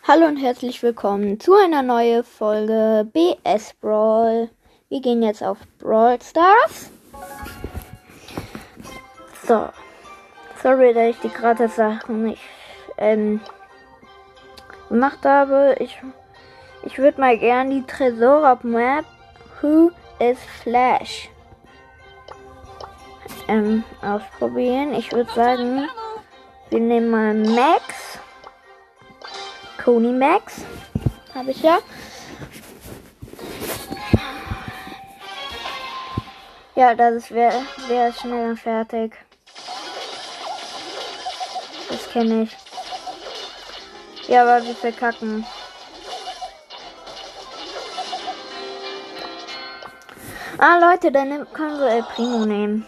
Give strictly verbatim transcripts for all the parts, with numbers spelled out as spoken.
Hallo und herzlich willkommen zu einer neuen Folge B S Brawl. Wir gehen jetzt auf Brawl Stars. So. Sorry, dass ich die gratis Sachen nicht ähm, gemacht habe. Ich, ich würde mal gern die Tresor Map Who is Flash ähm, ausprobieren. Ich würde sagen, wir nehmen mal Max. Coney Max. Habe ich ja. Ja, das wäre wär schneller fertig. Das kenne ich. Ja, aber wir verkacken. Ah, Leute, dann können wir El Primo nehmen.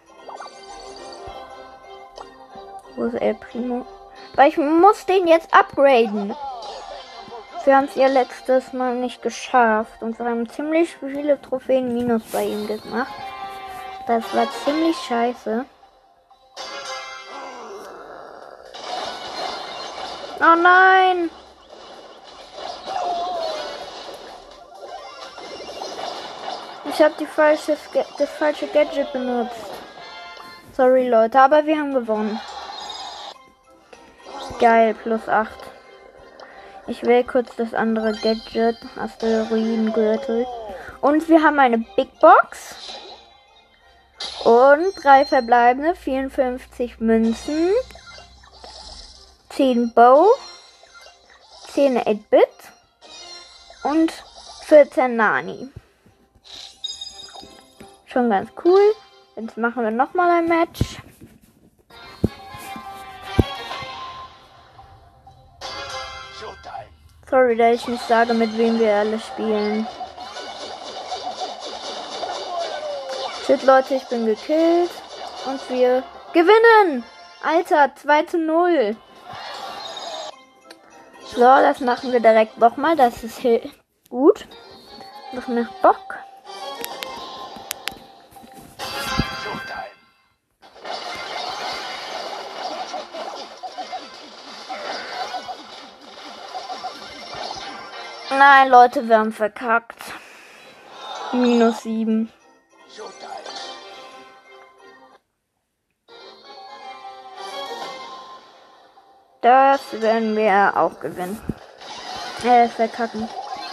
Wo ist El Primo? Weil ich muss den jetzt upgraden. Wir haben es ja letztes Mal nicht geschafft. Und wir haben ziemlich viele Trophäen minus bei ihm gemacht. Das war ziemlich scheiße. Oh nein! Ich habe die falsche, das falsche Gadget benutzt. Sorry Leute, aber wir haben gewonnen. Geil, plus acht. Ich wähle kurz das andere Gadget, Asteroidengürtel. Und wir haben eine Big Box. Und drei verbleibende, vierundfünfzig Münzen. zehn Bow. zehn acht Bit. Und vierzehn Nani. Schon ganz cool. Jetzt machen wir nochmal ein Match. Sorry, dass ich nicht sage, mit wem wir alle spielen. Shit, Leute, ich bin gekillt. Und wir gewinnen! Alter, zwei zu null. So, das machen wir direkt nochmal. Das ist gut. Das macht Bock. Nein, Leute, wir haben verkackt. Minus sieben. Das werden wir auch gewinnen. Äh, verkacken.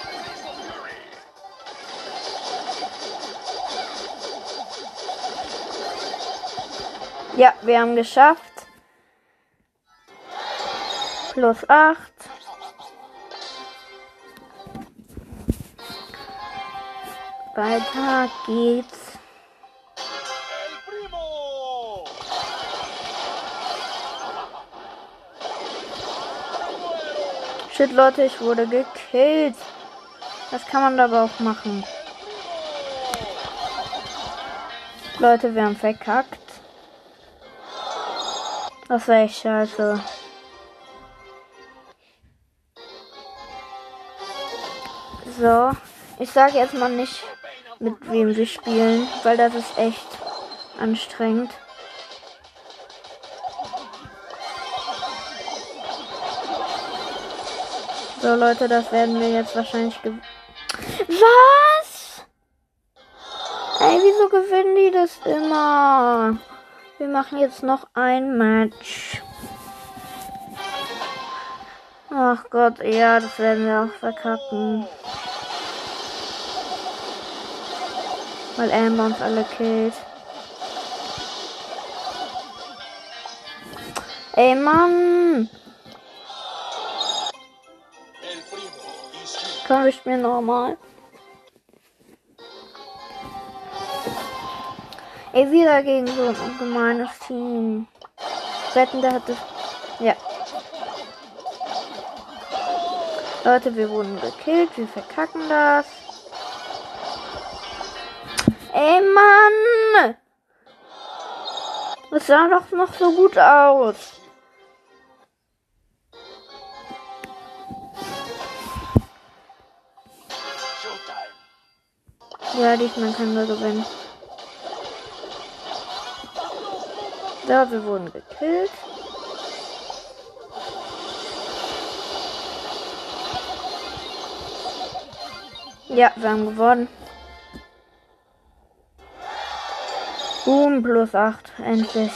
Ja, wir haben geschafft. Plus acht. Weiter geht's. Shit, Leute, ich wurde gekillt. Das kann man aber auch machen. Leute, wir haben verkackt. Das war echt scheiße. So, ich sage jetzt mal nicht, mit wem wir spielen, weil das ist echt anstrengend. So Leute, das werden wir jetzt wahrscheinlich gewinnen. Was? Ey, wieso gewinnen die das immer? Wir machen jetzt noch ein Match. Ach Gott, ja, das werden wir auch verkacken. Weil Amber uns alle killt. Ey, Mann! Komm, wir spielen nochmal. Ey, wieder gegen so ein gemeines Team. Wetten, der hat das... Ja. Leute, wir wurden gekillt. Wir verkacken das. Ey, Mann! Das sah doch noch so gut aus. Ja, diesmal können wir gewinnen. So, wir wurden gekillt. Ja, wir haben gewonnen. Boom, plus acht, endlich.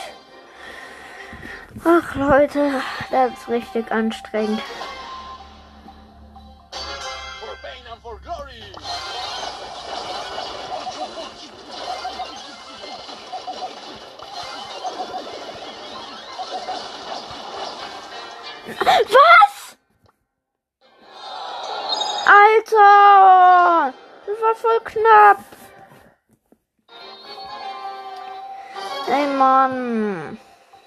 Ach Leute, das ist richtig anstrengend. Was? Alter! Das war voll knapp. Ey Mann.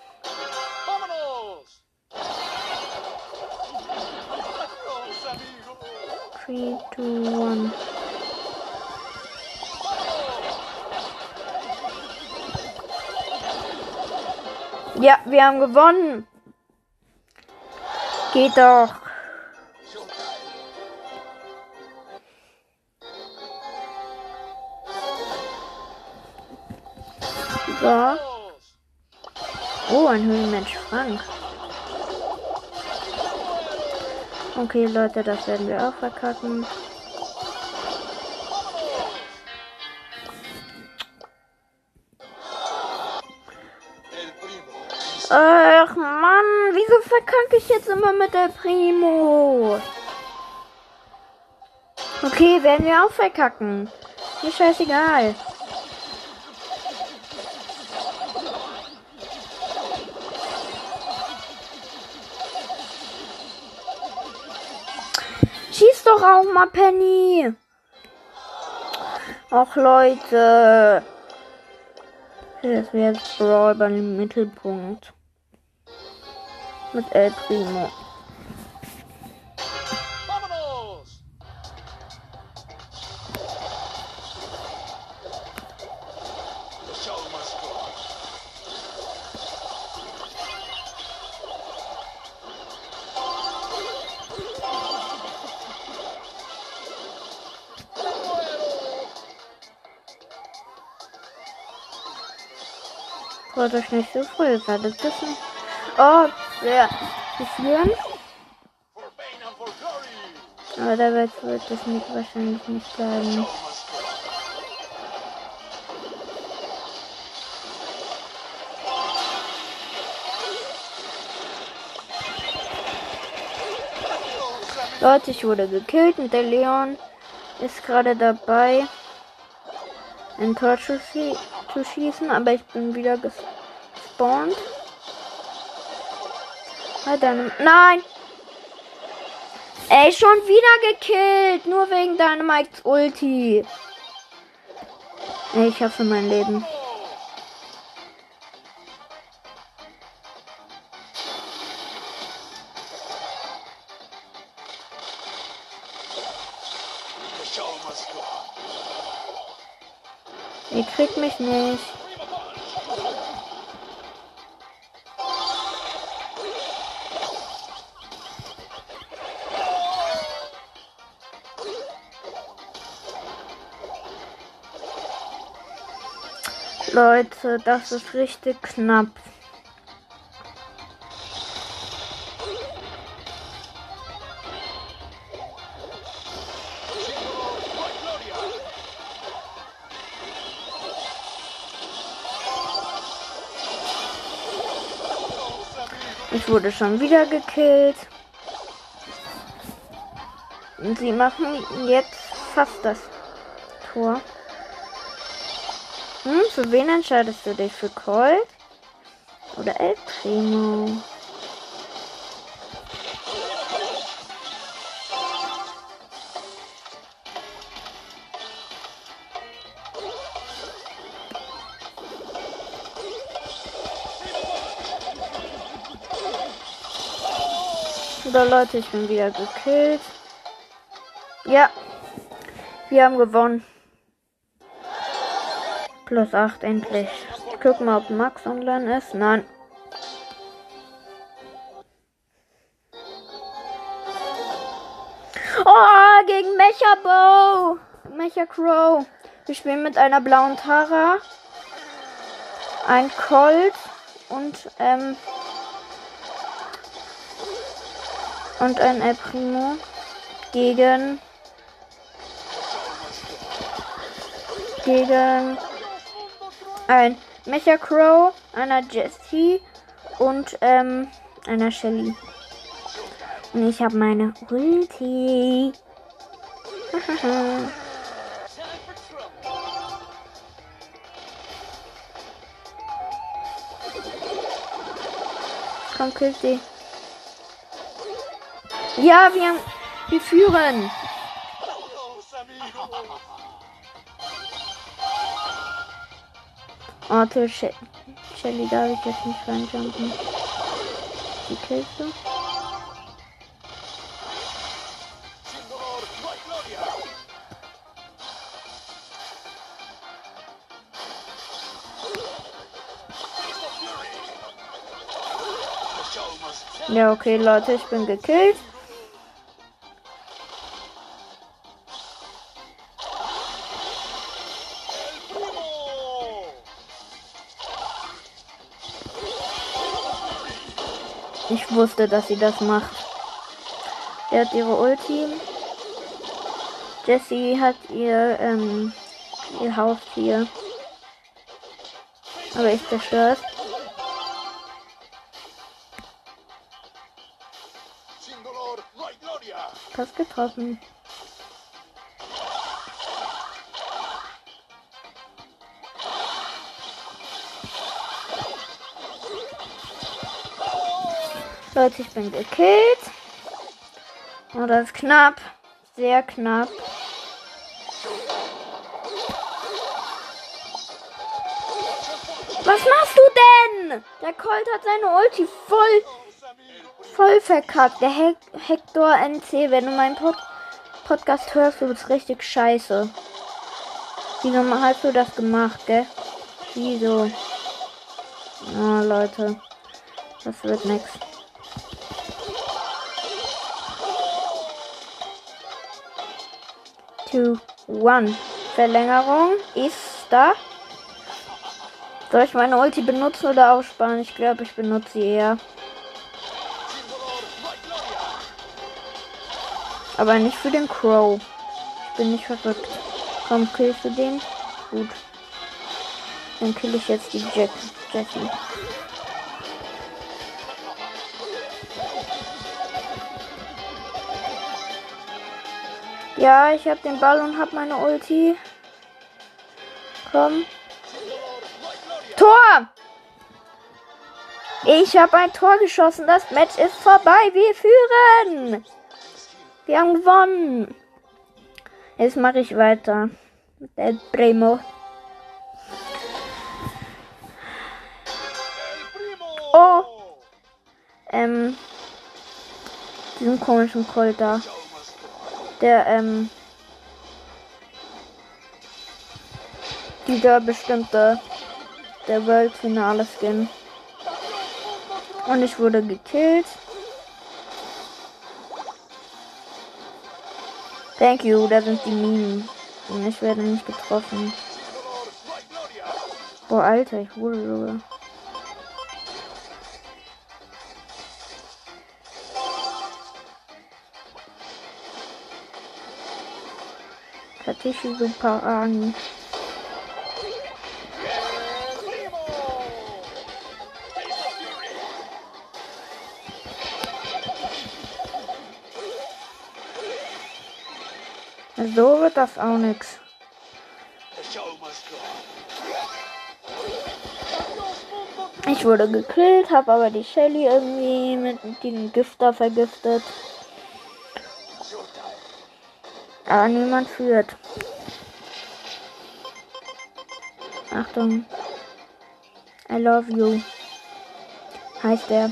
three, two, one. Ja, wir haben gewonnen. Geht doch. So. Oh, ein Höhlenmensch Frank. Okay, Leute, das werden wir auch verkacken. Ach Mann, wieso verkacke ich jetzt immer mit der Primo? Okay, werden wir auch verkacken. Mir scheißegal. Schieß doch auch mal, Penny. Ach Leute. Das wäre jetzt Brawl bei dem Mittelpunkt. Mit El Primo. Wollt euch nicht so früh werdet wissen. Oh, ja. Wir führen. Aber dabei wird das nicht wahrscheinlich nicht bleiben. Leute, ich wurde gekillt und der Leon ist gerade dabei, ein Tor zu, schie zu schießen, aber ich bin wieder gespawnt. Ah, dann, nein! Ey, schon wieder gekillt, nur wegen Dynamikes Ulti. Ey, ich hasse mein Leben. Ihr kriegt mich nicht. Leute, das ist richtig knapp. Ich wurde schon wieder gekillt. Und sie machen jetzt fast das Tor. Hm, für wen entscheidest du dich? Für Colt oder El Primo? So Leute, ich bin wieder gekillt. Ja, wir haben gewonnen. Plus acht endlich. Ich guck mal, ob Max online ist. Nein. Oh, gegen Mecha Bow. Mecha Crow. Wir spielen mit einer blauen Tara. Ein Colt. Und, ähm... Und ein El Primo. Gegen... Gegen ein Mecha Crow, einer Jessie und ähm, einer Shelly. Und ich habe meine Ulti. Komm, kill sie. Ja, wir, haben, wir führen. Oh, Till She Shelly darf ich jetzt nicht reinjumpen. Die killst du? Ja, okay, Leute, ich bin gekillt. Ich wusste, dass sie das macht. Er hat ihre Ulti. Jessie hat ihr, ähm, ihr Haustier. Aber ich zerstöre es. Fast getroffen. Leute, ich bin gekillt. Oh, das ist knapp. Sehr knapp. Was machst du denn? Der Colt hat seine Ulti voll, voll verkackt. Der Hek Hector N C, wenn du meinen Pod Podcast hörst, du bist richtig scheiße. Wieso hast du das gemacht, gell? Wieso? Oh, Leute. Das wird nix. two, one. Verlängerung ist da. Soll ich meine Ulti benutzen oder aussparen? Ich glaube, ich benutze sie eher. Aber nicht für den Crow. Ich bin nicht verrückt. Komm, killst du den? Gut. Dann kill ich jetzt die Jack Jessie. Ja, ich habe den Ball und habe meine Ulti. Komm. Tor! Ich habe ein Tor geschossen. Das Match ist vorbei. Wir führen. Wir haben gewonnen. Jetzt mache ich weiter. Mit der Primo. Oh. Ähm. Diesen komischen Colt da. Der, ähm. Dieser bestimmte. Der World Finale Skin. Und ich wurde gekillt. Thank you, da sind die Minen. Und ich werde nicht getroffen. Boah, Alter, ich wurde sogar. Katishi Super Ani. So wird das auch nix. Ich wurde gekillt, habe aber die Shelly irgendwie mit dem Gifter vergiftet. Aber niemand führt. Achtung. I love you. Heißt er.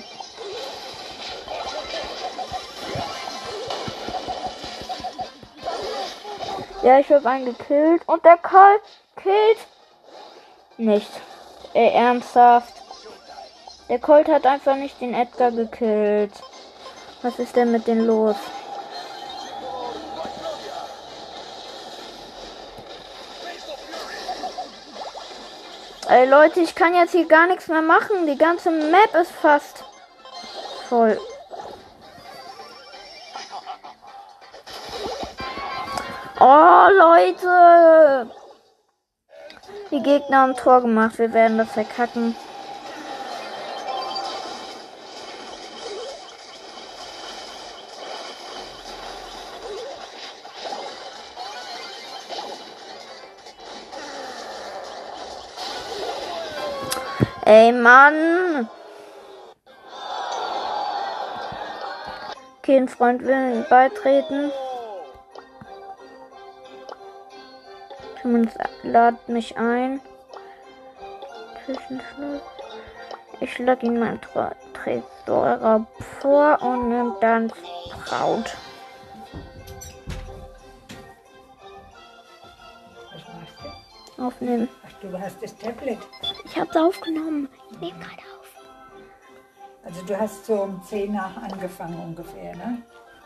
Ja, ich habe einen gekillt und der Karl killt nicht. Ey, ernsthaft. Der Colt hat einfach nicht den Edgar gekillt. Was ist denn mit denen los? Ey Leute, ich kann jetzt hier gar nichts mehr machen. Die ganze Map ist fast voll. Oh Leute. Die Gegner haben Tor gemacht. Wir werden das verkacken. Ey, Mann! Okay, ein Freund will beitreten. Zumindest lad mich ein. Ich lade ihn mein Tresor vor und nimm dann Braut. Was machst du? Aufnehmen. Ach, du hast das Tablet. Ich hab's aufgenommen. Ich nehme gerade auf. Also du hast so um zehn nach angefangen ungefähr, ne?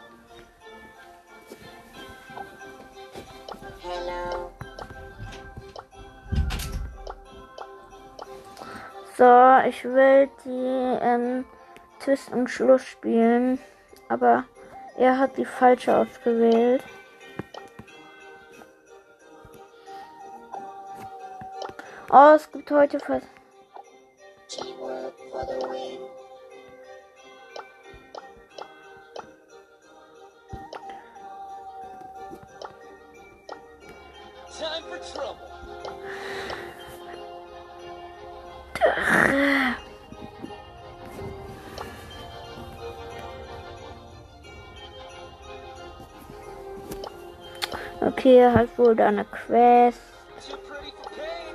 So, ich will die ähm, Twist und Schluss spielen, aber er hat die falsche ausgewählt. Oh, es gibt heute fast. Time for trouble. Okay, er hat wohl da eine Quest. Too pretty for pain.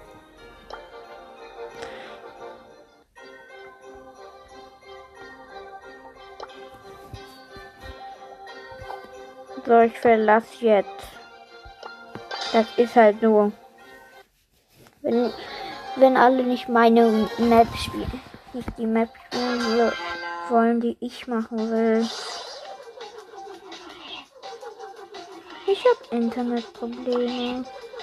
So, ich verlasse jetzt. Das ist halt so. Wenn, wenn alle nicht meine Map spielen. Nicht die Map spielen wollen, die ich machen will. Ich habe Internetprobleme.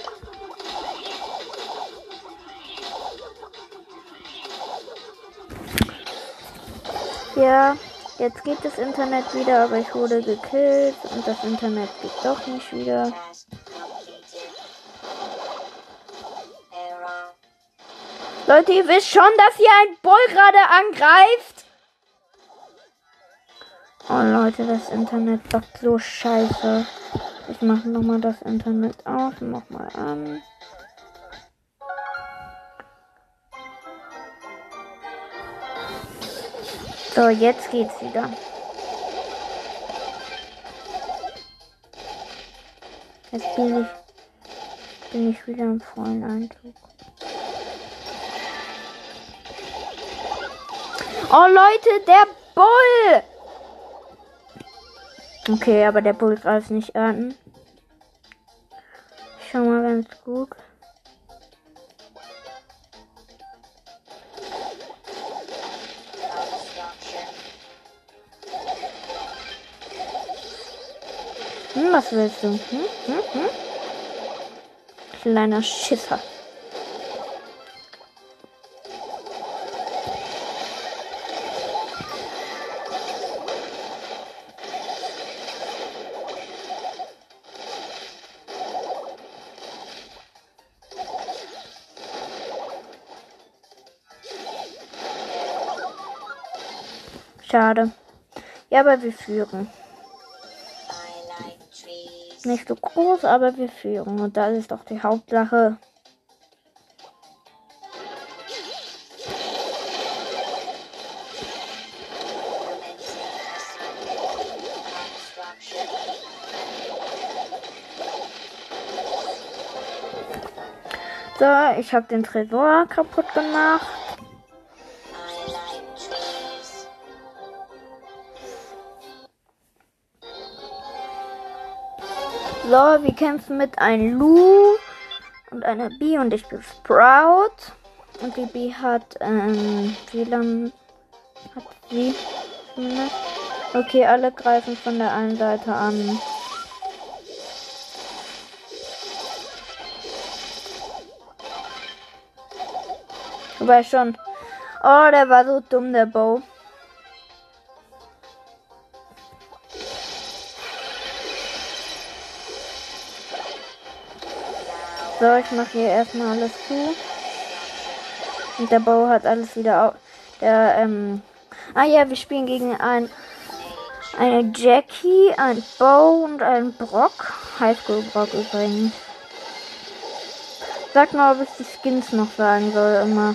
Ja, jetzt geht das Internet wieder, aber ich wurde gekillt und das Internet geht doch nicht wieder. Leute, ihr wisst schon, dass hier ein Bull gerade angreift. Oh Leute, das Internet lockt so scheiße. Ich mache nochmal das Internet aus und mach mal an. So, jetzt geht's wieder. Jetzt bin ich, bin ich wieder im vollen Eindruck. Oh Leute, der Bull! Okay, aber der Bull greift nicht an. Ich schau mal ganz gut. Hm, was willst du? Hm? Hm? Hm? Kleiner Schisser. Schade. Ja, aber wir führen. Nicht so groß, aber wir führen. Und das ist doch die Hauptsache. So, ich habe den Tresor kaputt gemacht. So, wir kämpfen mit einem Lu und einer B und ich bin Sprout. Und die B hat, ähm, wie lange hat sie? Okay, alle greifen von der einen Seite an. Wobei schon. Oh, der war so dumm, der Bo. So, ich mache hier erstmal alles zu. Und der Bo hat alles wieder auf. Der, ähm. Ah ja, wir spielen gegen ein, eine Jackie, ein Bo und einen Brock. Highschool Brock übrigens. Sag mal, ob ich die Skins noch sagen soll immer.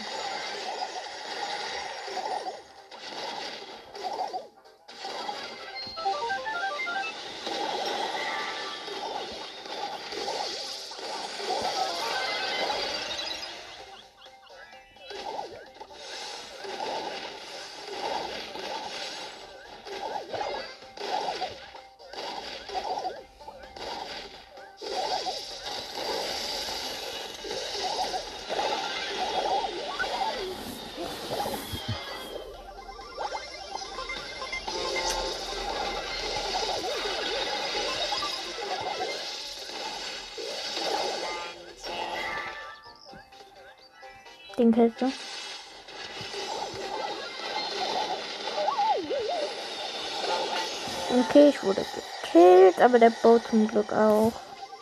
Den killst du. Okay, ich wurde gekillt, aber der Bo zum Glück auch.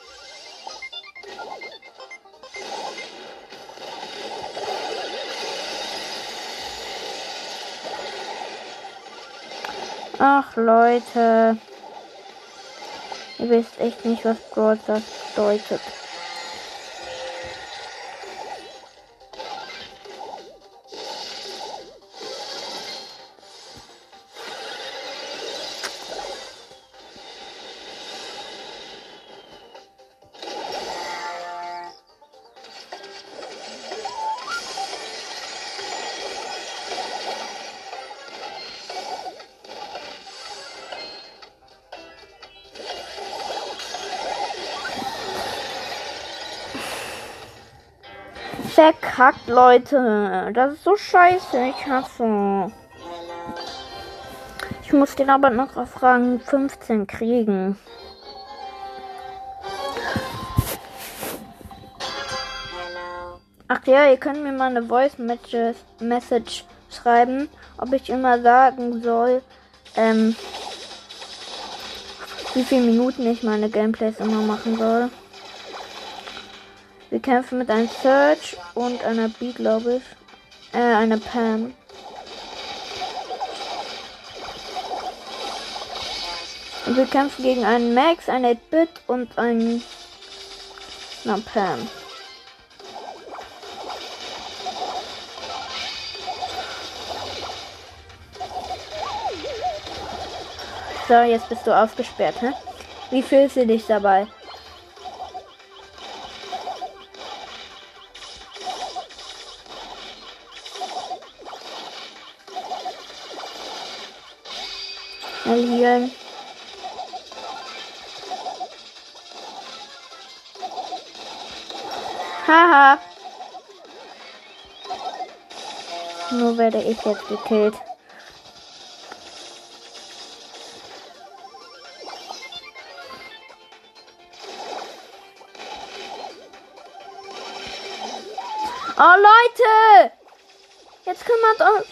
Ach Leute, ihr wisst echt nicht, was Brawl Stars bedeutet. Verkackt, Leute. Das ist so scheiße. Ich hasse. Ich muss den aber noch auf Rang fünfzehn kriegen. Ach ja, ihr könnt mir mal eine Voice Message schreiben, ob ich immer sagen soll, ähm, wie viele Minuten ich meine Gameplays immer machen soll. Wir kämpfen mit einem Search und einer B, glaube ich. Äh, einer Pam. Und wir kämpfen gegen einen Max, einen eight bit und einen... Na, Pam. So, jetzt bist du ausgesperrt, hä? Wie fühlst du dich dabei? Verlieren. Haha. Nur werde ich jetzt gekillt. Oh Leute! Jetzt kümmert uns.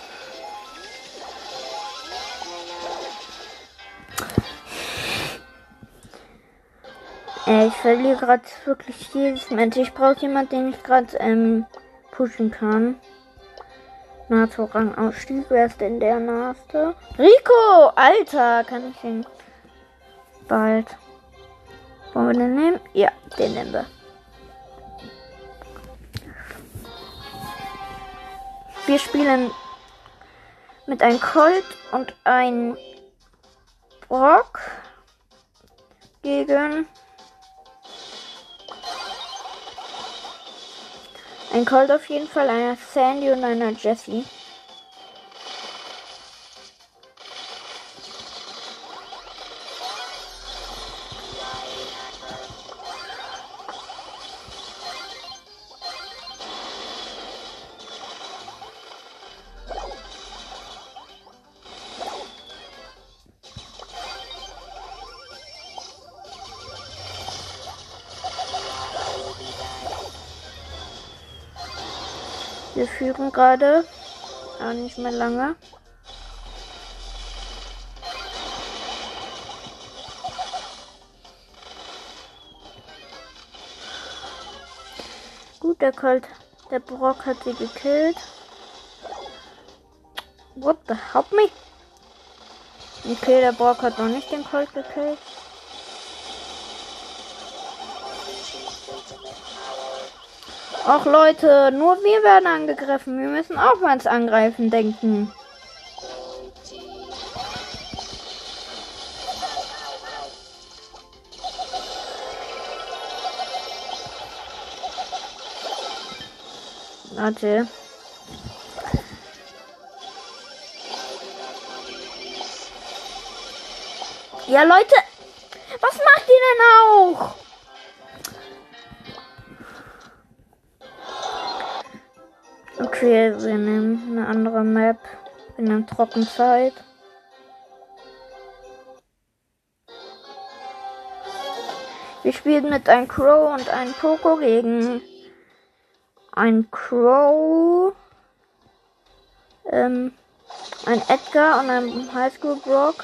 Äh, ich verliere gerade wirklich jedes Match. Ich brauche jemanden, den ich gerade ähm, pushen kann. NATO-Rang-Ausstieg. Wer ist denn der Naheste? Rico! Alter, kann ich ihn bald. Wollen wir den nehmen? Ja, den nehmen wir. Wir spielen mit einem Colt und einem Brock gegen ein Colt auf jeden Fall, einer Sandy und einer Jessie. Wir führen gerade, aber nicht mehr lange. Gut, der Colt, der Brock hat sie gekillt. What the help me? Okay, der Brock hat noch nicht den Colt gekillt. Ach Leute, nur wir werden angegriffen. Wir müssen auch mal ans Angreifen denken. Warte. Ja, Leute, was macht ihr denn auch? Okay, wir nehmen eine andere Map in der Trockenzeit. Wir spielen mit einem Crow und einem Poco gegen ein Crow, ähm, ein Edgar und ein Highschool Brock.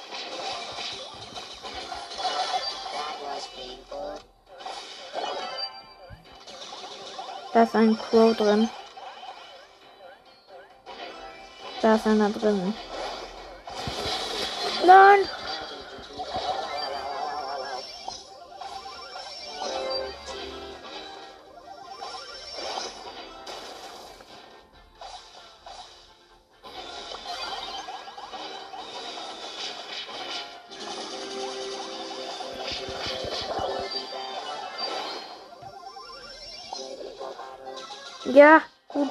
Da ist ein Crow drin. Da ist einer drin. Nein! Ja, gut.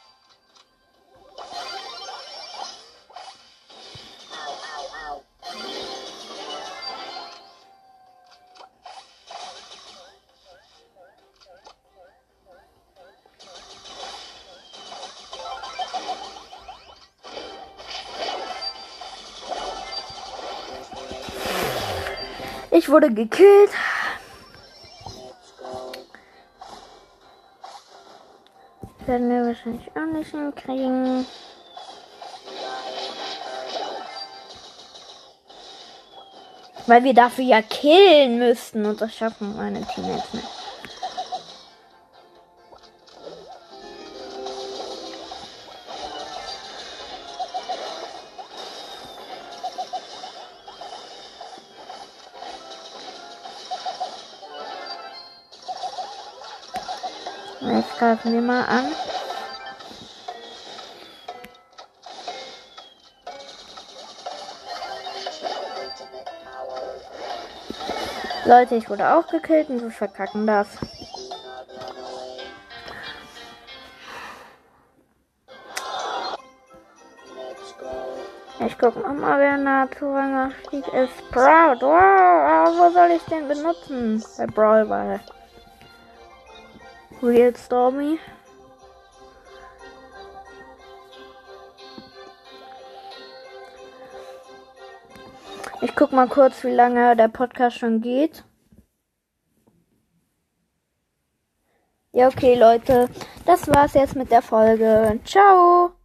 Ich wurde gekillt. Werden wir wahrscheinlich auch nicht hinkriegen. Weil wir dafür ja killen müssten. Und das schaffen meine Teammates nicht. Jetzt greifen wir mal an. Leute, ich wurde auch gekillt und wir verkacken das. Ich gucke nochmal, wer nah zu Rangerstieg ist. Sprout. Wow, wo soll ich den benutzen? Bei Brawl war Real Stormy. Ich guck mal kurz, wie lange der Podcast schon geht. Ja, okay, Leute. Das war's jetzt mit der Folge. Ciao.